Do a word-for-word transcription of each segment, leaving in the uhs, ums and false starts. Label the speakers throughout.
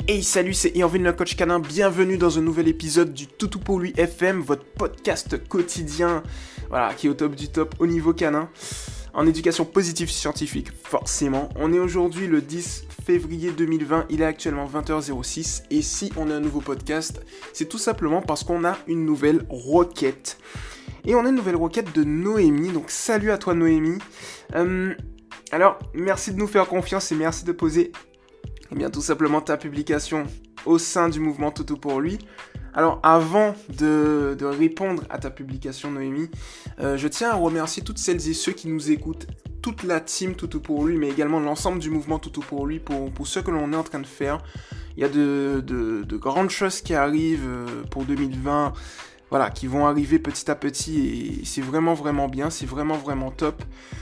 Speaker 1: Hey salut, c'est Irvin le coach canin, bienvenue dans un nouvel épisode du Toutou pour lui F M, votre podcast quotidien, voilà, qui est au top du top au niveau canin, en éducation positive scientifique, forcément. On est aujourd'hui le dix février deux mille vingt, il est actuellement vingt heures six, et si on a un nouveau podcast, c'est tout simplement parce qu'on a une nouvelle requête. Et on a une nouvelle requête de Noémie, donc salut à toi Noémie. Euh, alors, merci de nous faire confiance et merci de poser... Eh bien, tout simplement ta publication au sein du mouvement Toutou pour lui. Alors, avant de, de répondre à ta publication, Noémie, euh, je tiens à remercier toutes celles et ceux qui nous écoutent, toute la team Toutou pour lui, mais également l'ensemble du mouvement Toutou pour lui, pour, pour ce que l'on est en train de faire. Il y a de, de, de grandes choses qui arrivent pour deux mille vingt, voilà, qui vont arriver petit à petit, et c'est vraiment, vraiment bien, c'est vraiment, vraiment top.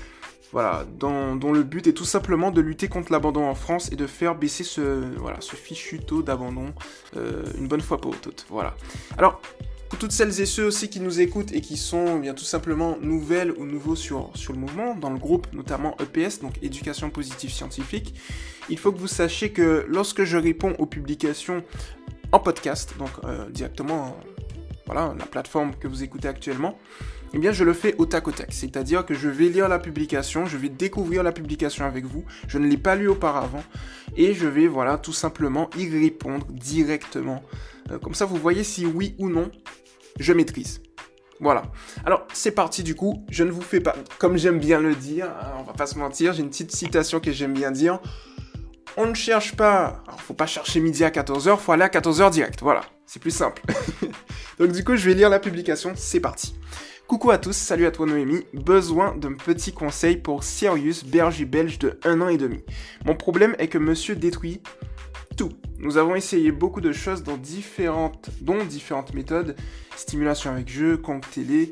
Speaker 1: Voilà, dont, dont le but est tout simplement de lutter contre l'abandon en France et de faire baisser ce, voilà, ce fichu taux d'abandon euh, une bonne fois pour toutes. Voilà. Alors, pour toutes celles et ceux aussi qui nous écoutent et qui sont eh bien tout simplement nouvelles ou nouveaux sur, sur le mouvement, dans le groupe notamment E P S, donc Éducation Positive Scientifique, il faut que vous sachiez que lorsque je réponds aux publications en podcast, donc euh, directement, voilà, la plateforme que vous écoutez actuellement, eh bien, je le fais au tac au tac, c'est-à-dire que je vais lire la publication, je vais découvrir la publication avec vous, je ne l'ai pas lu auparavant, et je vais, voilà, tout simplement y répondre directement. Euh, comme ça, vous voyez si oui ou non, je maîtrise. Voilà. Alors, c'est parti du coup, je ne vous fais pas, comme j'aime bien le dire, hein, on va pas se mentir, j'ai une petite citation que j'aime bien dire, on ne cherche pas, alors faut pas chercher midi à quatorze heures, faut aller à quatorze heures direct, voilà, c'est plus simple. Donc du coup, je vais lire la publication, c'est parti. Coucou à tous, salut à toi Noémie, besoin d'un petit conseil pour Sirius, berger belge de un an et demi. Mon problème est que monsieur détruit tout. Nous avons essayé beaucoup de choses dans différentes, dont différentes méthodes, stimulation avec jeu, conque télé,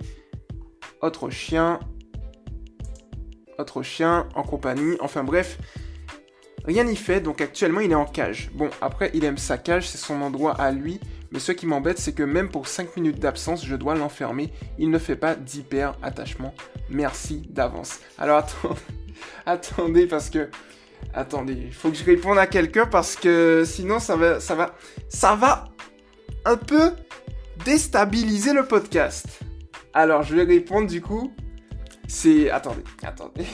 Speaker 1: autre chien, autre chien, en compagnie, enfin bref, rien n'y fait, donc actuellement il est en cage. Bon, après il aime sa cage, c'est son endroit à lui, mais ce qui m'embête, c'est que même pour cinq minutes d'absence, je dois l'enfermer. Il ne fait pas d'hyper-attachement. Merci d'avance. Alors attendez, attendez, parce que... Attendez, il faut que je réponde à quelqu'un, parce que sinon ça va, ça va, ça va un peu déstabiliser le podcast. Alors, je vais répondre du coup. C'est... Attendez, attendez.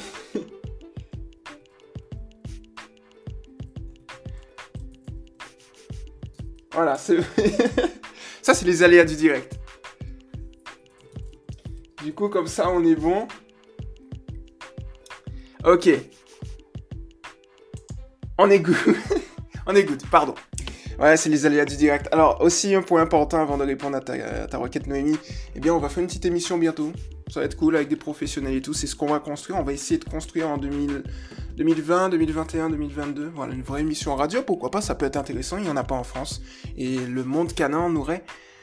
Speaker 1: Voilà, c'est... ça, c'est les aléas du direct. Du coup, comme ça, on est bon. Ok. On est good. On est good, pardon. Ouais, c'est les aléas du direct. Alors, aussi, un point important avant de répondre à ta, à ta requête, Noémie. Eh bien, on va faire une petite émission bientôt. Ça va être cool avec des professionnels et tout. C'est ce qu'on va construire. On va essayer de construire en deux mille, deux mille vingt, deux mille vingt et un, deux mille vingt-deux. Voilà, une vraie émission radio. Pourquoi pas, ça peut être intéressant. Il n'y en a pas en France. Et le monde canin en aurait,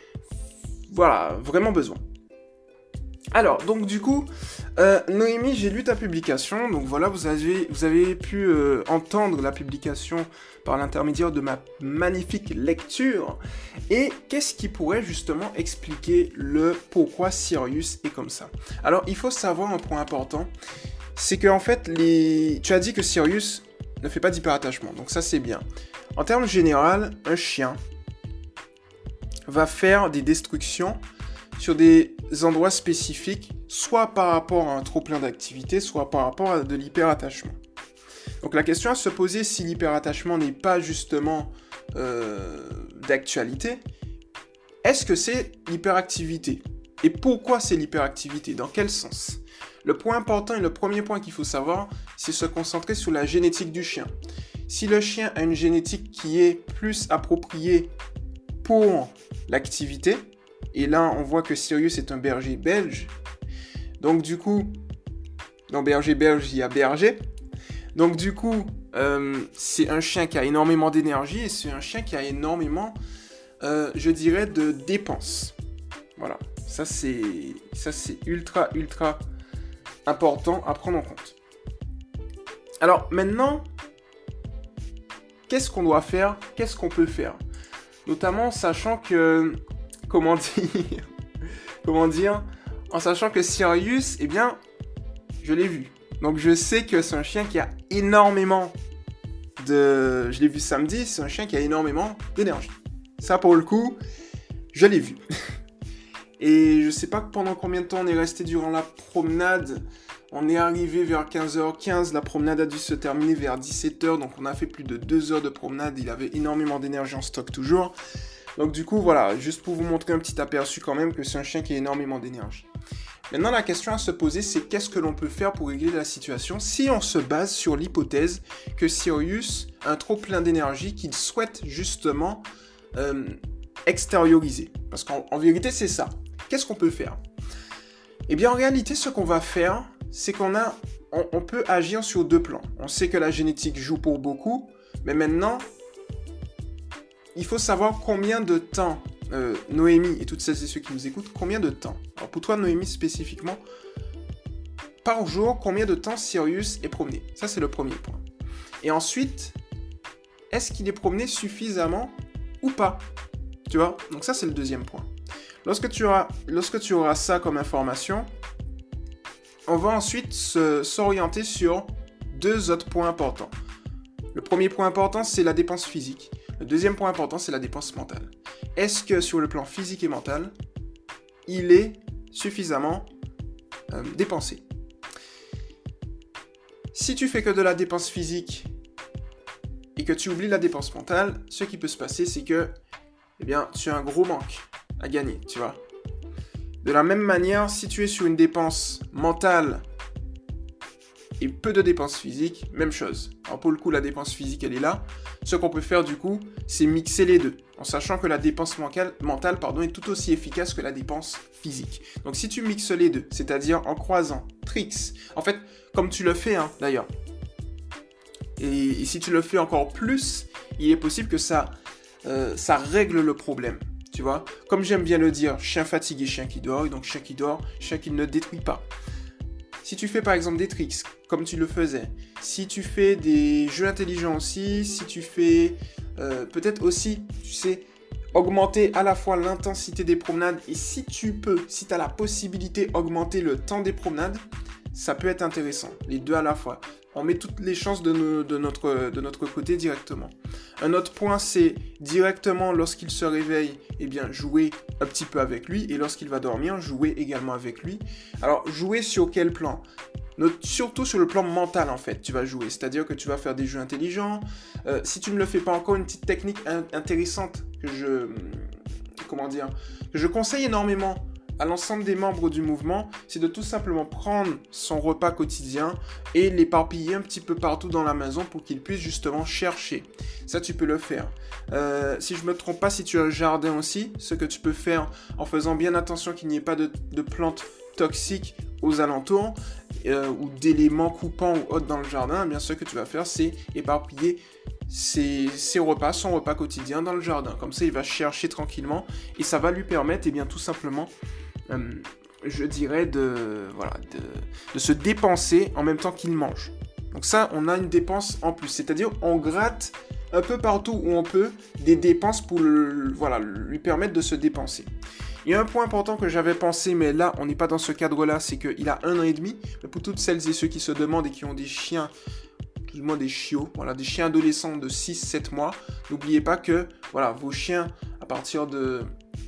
Speaker 1: voilà, vraiment besoin. Alors, donc du coup, euh, Noémie, j'ai lu ta publication. Donc voilà, vous avez, vous avez pu euh, entendre la publication par l'intermédiaire de ma magnifique lecture. Et qu'est-ce qui pourrait justement expliquer le pourquoi Sirius est comme ça? Alors, il faut savoir un point important, c'est que en fait, les... tu as dit que Sirius ne fait pas d'hyperattachement, donc ça c'est bien. En termes généraux, un chien va faire des destructions sur des endroits spécifiques, soit par rapport à un trop-plein d'activité, soit par rapport à de l'hyperattachement. Donc la question à se poser, si l'hyperattachement n'est pas justement euh, d'actualité, est-ce que c'est l'hyperactivité? Et pourquoi c'est l'hyperactivité? Dans quel sens? Le point important et le premier point qu'il faut savoir, c'est se concentrer sur la génétique du chien. Si le chien a une génétique qui est plus appropriée pour l'activité, et là on voit que Sirius est un berger belge, donc du coup, dans berger belge il y a berger, donc du coup, euh, c'est un chien qui a énormément d'énergie et c'est un chien qui a énormément, euh, je dirais, de dépenses. Voilà, ça c'est, ça c'est ultra, ultra important à prendre en compte. Alors maintenant, qu'est-ce qu'on doit faire? Qu'est-ce qu'on peut faire? Notamment sachant que, comment dire, comment dire, en sachant que Sirius, eh bien, je l'ai vu. Donc je sais que c'est un chien qui a énormément de... Je l'ai vu samedi, c'est un chien qui a énormément d'énergie. Ça, pour le coup, je l'ai vu. Et je sais pas pendant combien de temps on est resté durant la promenade. On est arrivé vers quinze heures quinze, la promenade a dû se terminer vers dix-sept heures, donc on a fait plus de deux heures de promenade, il avait énormément d'énergie en stock toujours. Donc du coup, voilà, juste pour vous montrer un petit aperçu quand même que c'est un chien qui a énormément d'énergie. Maintenant, la question à se poser, c'est qu'est-ce que l'on peut faire pour régler la situation si on se base sur l'hypothèse que Sirius a un trop plein d'énergie qu'il souhaite justement euh, extérioriser. Parce qu'en en vérité, c'est ça. Qu'est-ce qu'on peut faire ? Eh bien, en réalité, ce qu'on va faire, c'est qu'on a, on, on peut agir sur deux plans. On sait que la génétique joue pour beaucoup, mais maintenant, il faut savoir combien de temps, euh, Noémie et toutes celles et ceux qui nous écoutent, combien de temps. Alors pour toi, Noémie spécifiquement, par jour, combien de temps Sirius est promené. Ça, c'est le premier point. Et ensuite, est-ce qu'il est promené suffisamment ou pas ? Tu vois ? Donc ça, c'est le deuxième point. Lorsque tu auras, lorsque tu auras ça comme information, on va ensuite se, s'orienter sur deux autres points importants. Le premier point important, c'est la dépense physique. Le deuxième point important, c'est la dépense mentale. Est-ce que sur le plan physique et mental, il est suffisamment euh, dépensé ? Si tu fais que de la dépense physique et que tu oublies la dépense mentale, ce qui peut se passer, c'est que eh bien, tu as un gros manque à gagner, tu vois. De la même manière, si tu es sur une dépense mentale et peu de dépenses physiques, même chose. Alors pour le coup, la dépense physique, elle est là. Ce qu'on peut faire du coup, c'est mixer les deux, en sachant que la dépense mentale, mentale pardon, est tout aussi efficace que la dépense physique. Donc si tu mixes les deux, c'est-à-dire en croisant tricks, en fait, comme tu le fais hein, d'ailleurs, et, et si tu le fais encore plus, il est possible que ça, euh, ça règle le problème. Tu vois, comme j'aime bien le dire, chien fatigué, chien qui dort, et donc chien qui dort, chien qui ne détruit pas. Si tu fais par exemple des tricks, comme tu le faisais, si tu fais des jeux intelligents aussi, si tu fais euh, peut-être aussi, tu sais, augmenter à la fois l'intensité des promenades, et si tu peux, si tu as la possibilité d'augmenter le temps des promenades, ça peut être intéressant, les deux à la fois. On met toutes les chances de, nos, de, notre, de notre côté directement. Un autre point, c'est directement lorsqu'il se réveille, eh bien, jouer un petit peu avec lui. Et lorsqu'il va dormir, jouer également avec lui. Alors, jouer sur quel plan ? Notre, surtout sur le plan mental, en fait, tu vas jouer. C'est-à-dire que tu vas faire des jeux intelligents. Euh, si tu ne le fais pas encore, une petite technique in- intéressante que je... Comment dire ? Que je conseille énormément à l'ensemble des membres du mouvement, c'est de tout simplement prendre son repas quotidien et l'éparpiller un petit peu partout dans la maison pour qu'il puisse justement chercher. Ça, tu peux le faire. Euh, si je ne me trompe pas, si tu as un jardin aussi, ce que tu peux faire en faisant bien attention qu'il n'y ait pas de, de plantes toxiques aux alentours euh, ou d'éléments coupants ou autres dans le jardin, eh bien ce que tu vas faire, c'est éparpiller ses, ses repas, son repas quotidien dans le jardin. Comme ça, il va chercher tranquillement et ça va lui permettre, eh bien, tout simplement, euh, je dirais, de, voilà, de, de se dépenser en même temps qu'il mange. Donc ça, on a une dépense en plus. C'est-à-dire, on gratte un peu partout où on peut des dépenses pour le, voilà, lui permettre de se dépenser. Il y a un point important que j'avais pensé, mais là, on n'est pas dans ce cadre-là, c'est qu'il a un an et demi. Mais pour toutes celles et ceux qui se demandent et qui ont des chiens, plus ou moins des chiots, voilà, des chiens adolescents de six sept mois, n'oubliez pas que voilà, vos chiens, à partir de,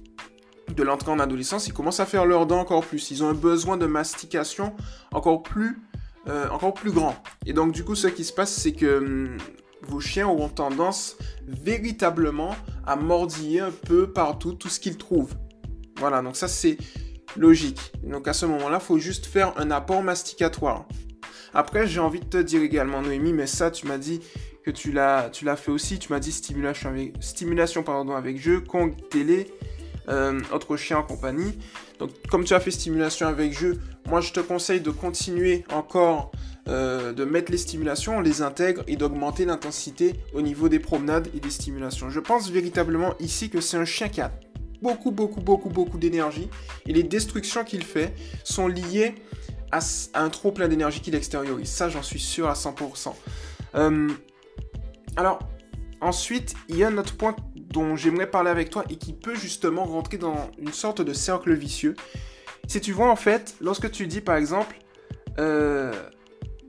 Speaker 1: de l'entrée en adolescence, ils commencent à faire leurs dents encore plus. Ils ont un besoin de mastication encore plus, euh, encore plus grand. Et donc, du coup, ce qui se passe, c'est que hum, vos chiens auront tendance véritablement à mordiller un peu partout tout ce qu'ils trouvent. Voilà, donc ça c'est logique. Donc à ce moment-là, il faut juste faire un apport masticatoire. Après, j'ai envie de te dire également, Noémie, mais ça, tu m'as dit que tu l'as, tu l'as fait aussi. Tu m'as dit stimulation avec, stimulation, pardon, avec jeu, Kong, télé, euh, autre chien en compagnie. Donc comme tu as fait stimulation avec jeu, moi je te conseille de continuer encore, euh, de mettre les stimulations, on les intègre et d'augmenter l'intensité au niveau des promenades et des stimulations. Je pense véritablement ici que c'est un chien qui a beaucoup, beaucoup, beaucoup, beaucoup d'énergie. Et les destructions qu'il fait sont liées à, à un trop plein d'énergie qu'il extériorise. Ça, j'en suis sûr à cent pour cent. Euh, alors, ensuite, il y a un autre point dont j'aimerais parler avec toi et qui peut justement rentrer dans une sorte de cercle vicieux. Si tu vois, en fait, lorsque tu dis, par exemple, euh,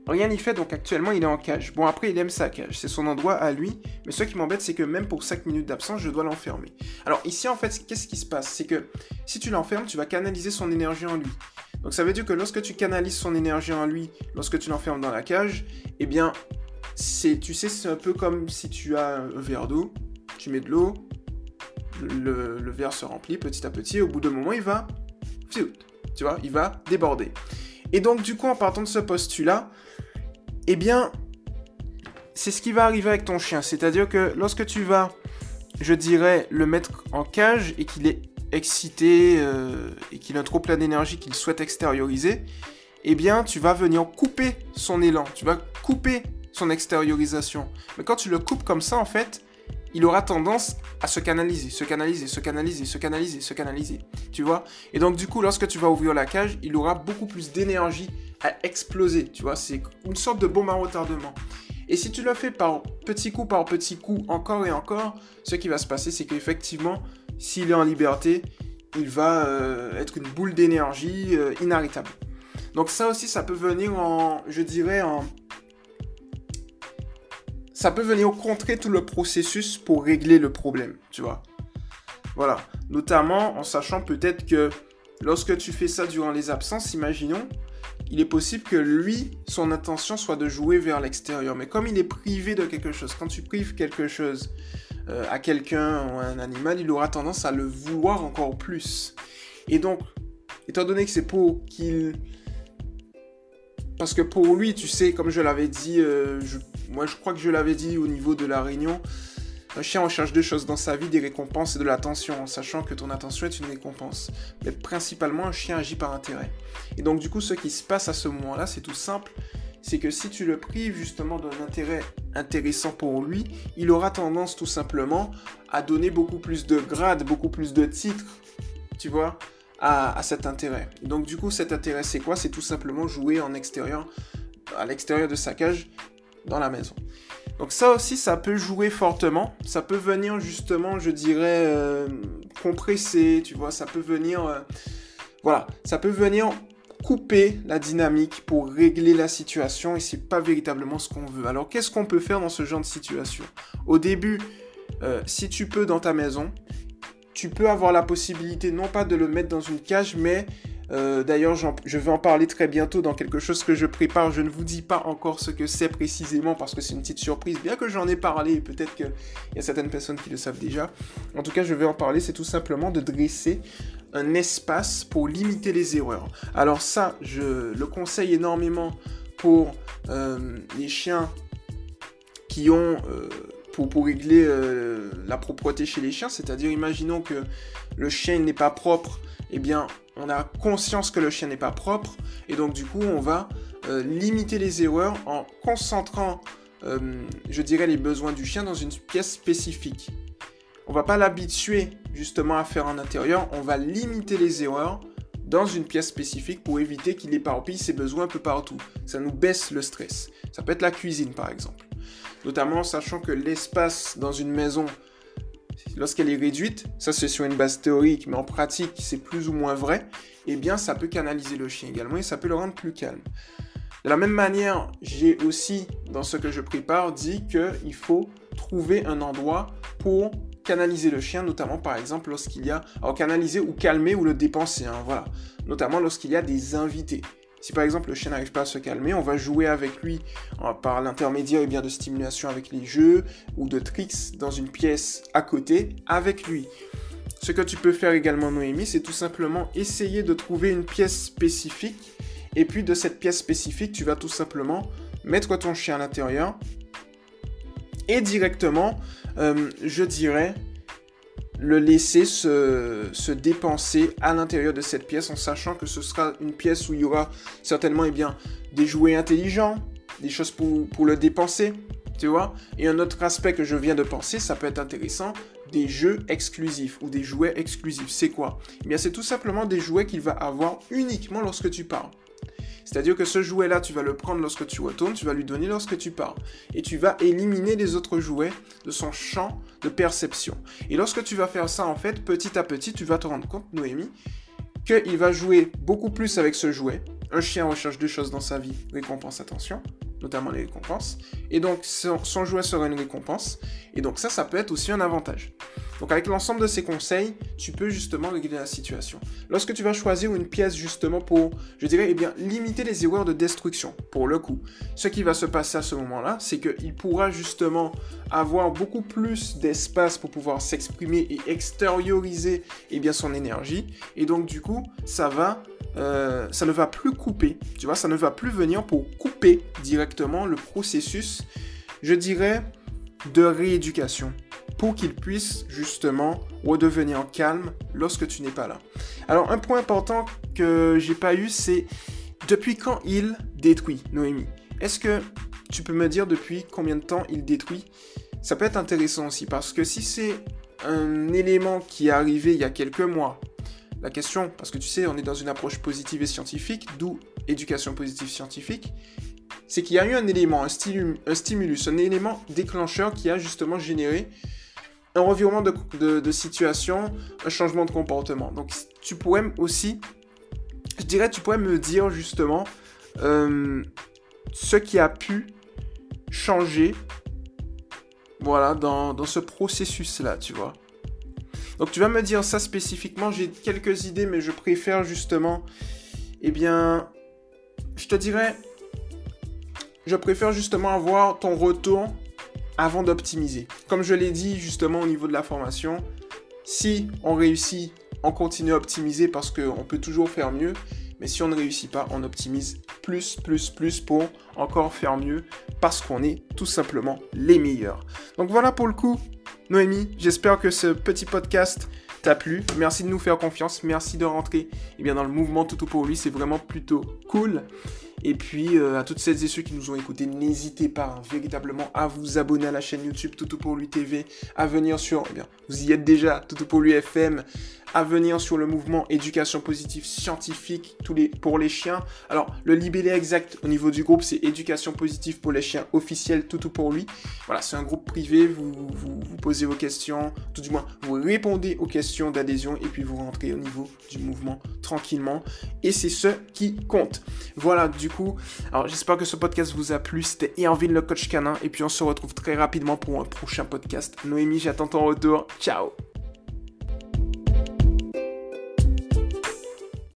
Speaker 1: Rien n'y fait, donc actuellement il est en cage. Bon, après il aime sa cage, c'est son endroit à lui, mais ce qui m'embête c'est que même pour cinq minutes d'absence, je dois l'enfermer. Alors ici en fait, qu'est-ce qui se passe? C'est que si tu l'enfermes, tu vas canaliser son énergie en lui. Donc ça veut dire que lorsque tu canalises son énergie en lui, lorsque tu l'enfermes dans la cage, eh bien, c'est, tu sais, c'est un peu comme si tu as un verre d'eau, tu mets de l'eau, le, le verre se remplit petit à petit, et au bout d'un moment il va, tu vois, il va déborder. Et donc du coup, en partant de ce postulat, eh bien, c'est ce qui va arriver avec ton chien. C'est-à-dire que lorsque tu vas, je dirais, le mettre en cage et qu'il est excité euh, et qu'il a trop plein d'énergie qu'il souhaite extérioriser, eh bien, tu vas venir couper son élan. Tu vas couper son extériorisation. Mais quand tu le coupes comme ça, en fait, il aura tendance à se canaliser, se canaliser, se canaliser, se canaliser, se canaliser. Tu vois? Et donc, du coup, lorsque tu vas ouvrir la cage, il aura beaucoup plus d'énergie à exploser, tu vois, c'est une sorte de bombe à retardement. Et si tu le fais par petit coup par petit coup, encore et encore, ce qui va se passer, c'est qu'effectivement, s'il est en liberté, il va euh, être une boule d'énergie euh, inarrêtable. Donc ça aussi, ça peut venir en, je dirais, en... ça peut venir contrer tout le processus pour régler le problème, tu vois. Voilà, notamment en sachant peut-être que lorsque tu fais ça durant les absences, imaginons, il est possible que lui, son intention soit de jouer vers l'extérieur. Mais comme il est privé de quelque chose, quand tu prives quelque chose euh, à quelqu'un ou à un animal, il aura tendance à le vouloir encore plus. Et donc, étant donné que c'est pour qu'il... Parce que pour lui, tu sais, comme je l'avais dit, euh, je... moi je crois que je l'avais dit au niveau de la réunion, un chien recherche deux choses dans sa vie, des récompenses et de l'attention, en sachant que ton attention est une récompense. Mais principalement, un chien agit par intérêt. Et donc, du coup, ce qui se passe à ce moment-là, c'est tout simple. C'est que si tu le prives justement d'un intérêt intéressant pour lui, il aura tendance tout simplement à donner beaucoup plus de grades, beaucoup plus de titres, tu vois, à, à cet intérêt. Et donc, du coup, cet intérêt, c'est quoi? C'est tout simplement jouer en extérieur, à l'extérieur de sa cage, dans la maison. Donc ça aussi, ça peut jouer fortement. Ça peut venir justement, je dirais, euh, compresser, tu vois. Ça peut venir, euh, voilà, ça peut venir couper la dynamique pour régler la situation et c'est pas véritablement ce qu'on veut. Alors qu'est-ce qu'on peut faire dans ce genre de situation? Au début, euh, si tu peux dans ta maison, tu peux avoir la possibilité non pas de le mettre dans une cage, mais Euh, d'ailleurs, je vais en parler très bientôt dans quelque chose que je prépare. Je ne vous dis pas encore ce que c'est précisément parce que c'est une petite surprise. Bien que j'en ai parlé, peut-être qu'il y a certaines personnes qui le savent déjà. En tout cas, je vais en parler. C'est tout simplement de dresser un espace pour limiter les erreurs. Alors ça, je le conseille énormément pour euh, les chiens qui ont... Euh, Pour, pour régler euh, la propreté chez les chiens, c'est-à-dire imaginons que le chien n'est pas propre, eh bien on a conscience que le chien n'est pas propre, et donc du coup on va euh, limiter les erreurs en concentrant, euh, je dirais, les besoins du chien dans une pièce spécifique. On va pas l'habituer justement à faire en intérieur, on va limiter les erreurs dans une pièce spécifique pour éviter qu'il éparpille ses besoins un peu partout. Ça nous baisse le stress. Ça peut être la cuisine par exemple. Notamment en sachant que l'espace dans une maison, lorsqu'elle est réduite, ça c'est sur une base théorique, mais en pratique c'est plus ou moins vrai, eh bien ça peut canaliser le chien également et ça peut le rendre plus calme. De la même manière, j'ai aussi, dans ce que je prépare, dit qu'il faut trouver un endroit pour canaliser le chien, notamment par exemple lorsqu'il y a... Alors canaliser ou calmer ou le dépenser, hein, voilà. Notamment lorsqu'il y a des invités. Si par exemple le chien n'arrive pas à se calmer, on va jouer avec lui euh, par l'intermédiaire eh bien, de stimulation avec les jeux ou de tricks dans une pièce à côté avec lui. Ce que tu peux faire également, Noémie, c'est tout simplement essayer de trouver une pièce spécifique et puis de cette pièce spécifique, tu vas tout simplement mettre ton chien à l'intérieur et directement, euh, je dirais, le laisser se, se dépenser à l'intérieur de cette pièce en sachant que ce sera une pièce où il y aura certainement eh bien, des jouets intelligents, des choses pour, pour le dépenser, tu vois. Et un autre aspect que je viens de penser, ça peut être intéressant, des jeux exclusifs ou des jouets exclusifs. C'est quoi? Eh bien, c'est tout simplement des jouets qu'il va avoir uniquement lorsque tu pars. C'est-à-dire que ce jouet-là, tu vas le prendre lorsque tu retournes, tu vas lui donner lorsque tu pars. Et tu vas éliminer les autres jouets de son champ de perception. Et lorsque tu vas faire ça, en fait, petit à petit, tu vas te rendre compte, Noémie, qu'il va jouer beaucoup plus avec ce jouet. un chien recherche deux choses dans sa vie, récompense, attention, notamment les récompenses. Et donc, son, son jouet sera une récompense. Et donc ça, ça peut être aussi un avantage. Donc avec l'ensemble de ces conseils, tu peux justement régler la situation. Lorsque tu vas choisir une pièce justement pour, je dirais, eh bien, limiter les erreurs de destruction, pour le coup, ce qui va se passer à ce moment-là, c'est qu'il pourra justement avoir beaucoup plus d'espace pour pouvoir s'exprimer et extérioriser eh bien, son énergie. Et donc du coup, ça va... Euh, ça ne va plus couper, tu vois, ça ne va plus venir pour couper directement le processus, je dirais, de rééducation, pour qu'il puisse justement redevenir calme lorsque tu n'es pas là. Alors, un point important que j'ai pas eu, c'est depuis quand il détruit, Noémie? Est-ce que tu peux me dire depuis combien de temps il détruit? Ça peut être intéressant aussi, parce que si c'est un élément qui est arrivé il y a quelques mois, la question, parce que tu sais, on est dans une approche positive et scientifique, d'où éducation positive scientifique, c'est qu'il y a eu un élément, un, stimulus, un stimulus, un élément déclencheur qui a justement généré un revirement de, de, de situation, un changement de comportement. Donc, tu pourrais aussi, je dirais, tu pourrais me dire justement euh, ce qui a pu changer, voilà, dans, dans ce processus-là, tu vois. Donc tu vas me dire ça spécifiquement, j'ai quelques idées, mais je préfère justement, eh bien, je te dirais, je préfère justement avoir ton retour avant d'optimiser. Comme je l'ai dit justement au niveau de la formation, si on réussit, on continue à optimiser parce qu'on peut toujours faire mieux, mais si on ne réussit pas, on optimise plus, plus, plus pour encore faire mieux parce qu'on est tout simplement les meilleurs. Donc voilà pour le coup. Noémie, j'espère que ce petit podcast t'a plu. Merci de nous faire confiance. Merci de rentrer eh bien, dans le mouvement Toutou pour lui. C'est vraiment plutôt cool. Et puis, euh, à toutes celles et ceux qui nous ont écoutés, n'hésitez pas hein, véritablement à vous abonner à la chaîne YouTube Toutou pour lui T V, à venir sur, eh bien, vous y êtes déjà, Toutou pour lui F M, à venir sur le mouvement éducation positive scientifique tous les, pour les chiens. Alors, le libellé exact au niveau du groupe, c'est éducation positive pour les chiens officiel Toutou pour lui. Voilà, c'est un groupe privé, vous, vous, vous posez vos questions, tout du moins, vous répondez aux questions d'adhésion et puis vous rentrez au niveau du mouvement tranquillement. Et c'est ce qui compte. Voilà, du coup, alors j'espère que ce podcast vous a plu. C'était Irvin le coach canin et puis on se retrouve très rapidement pour un prochain podcast. Noémie, j'attends ton retour. Ciao!